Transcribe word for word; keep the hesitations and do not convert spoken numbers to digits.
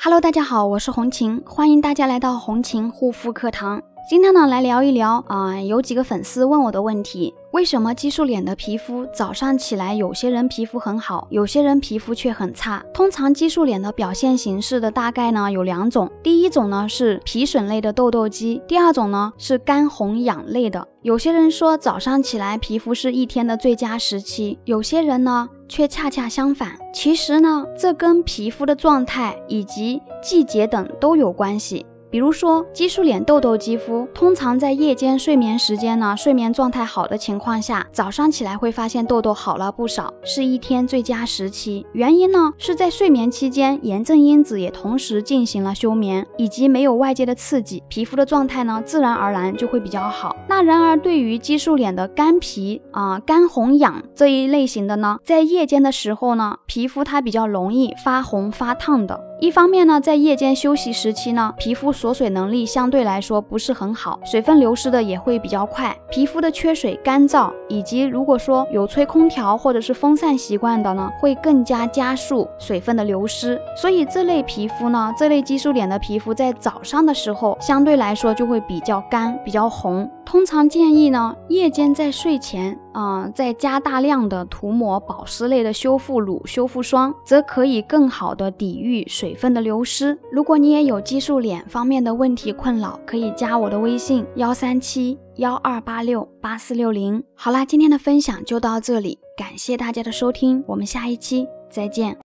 Hello， 大家好，我是红琴，欢迎大家来到红琴护肤课堂。今天呢，来聊一聊啊、呃，有几个粉丝问我的问题：为什么激素脸的皮肤早上起来，有些人皮肤很好，有些人皮肤却很差？通常激素脸的表现形式的大概呢有两种，第一种呢是皮损类的痘痘肌，第二种呢是干红痒类的。有些人说早上起来皮肤是一天的最佳时期，有些人呢却恰恰相反。其实呢，这跟皮肤的状态以及季节等都有关系。比如说激素脸痘痘肌肤，通常在夜间睡眠时间呢，睡眠状态好的情况下，早上起来会发现痘痘好了不少，是一天最佳时期。原因呢是在睡眠期间，炎症因子也同时进行了休眠，以及没有外界的刺激，皮肤的状态呢自然而然就会比较好。那然而对于激素脸的干皮啊、呃、干红痒这一类型的呢，在夜间的时候呢，皮肤它比较容易发红发烫的。一方面呢，在夜间休息时期呢，皮肤锁水能力相对来说不是很好，水分流失的也会比较快，皮肤的缺水干燥，以及如果说有吹空调或者是风扇习惯的呢，会更加加速水分的流失。所以这类皮肤呢，这类激素脸的皮肤在早上的时候相对来说就会比较干比较红。通常建议呢，夜间在睡前啊、呃，再加大量的涂抹保湿类的修复乳、修复霜，则可以更好的抵御水分的流失。如果你也有激素脸方面的问题困扰，可以加我的微信幺三七幺二八六八四六零。好啦，今天的分享就到这里，感谢大家的收听，我们下一期再见。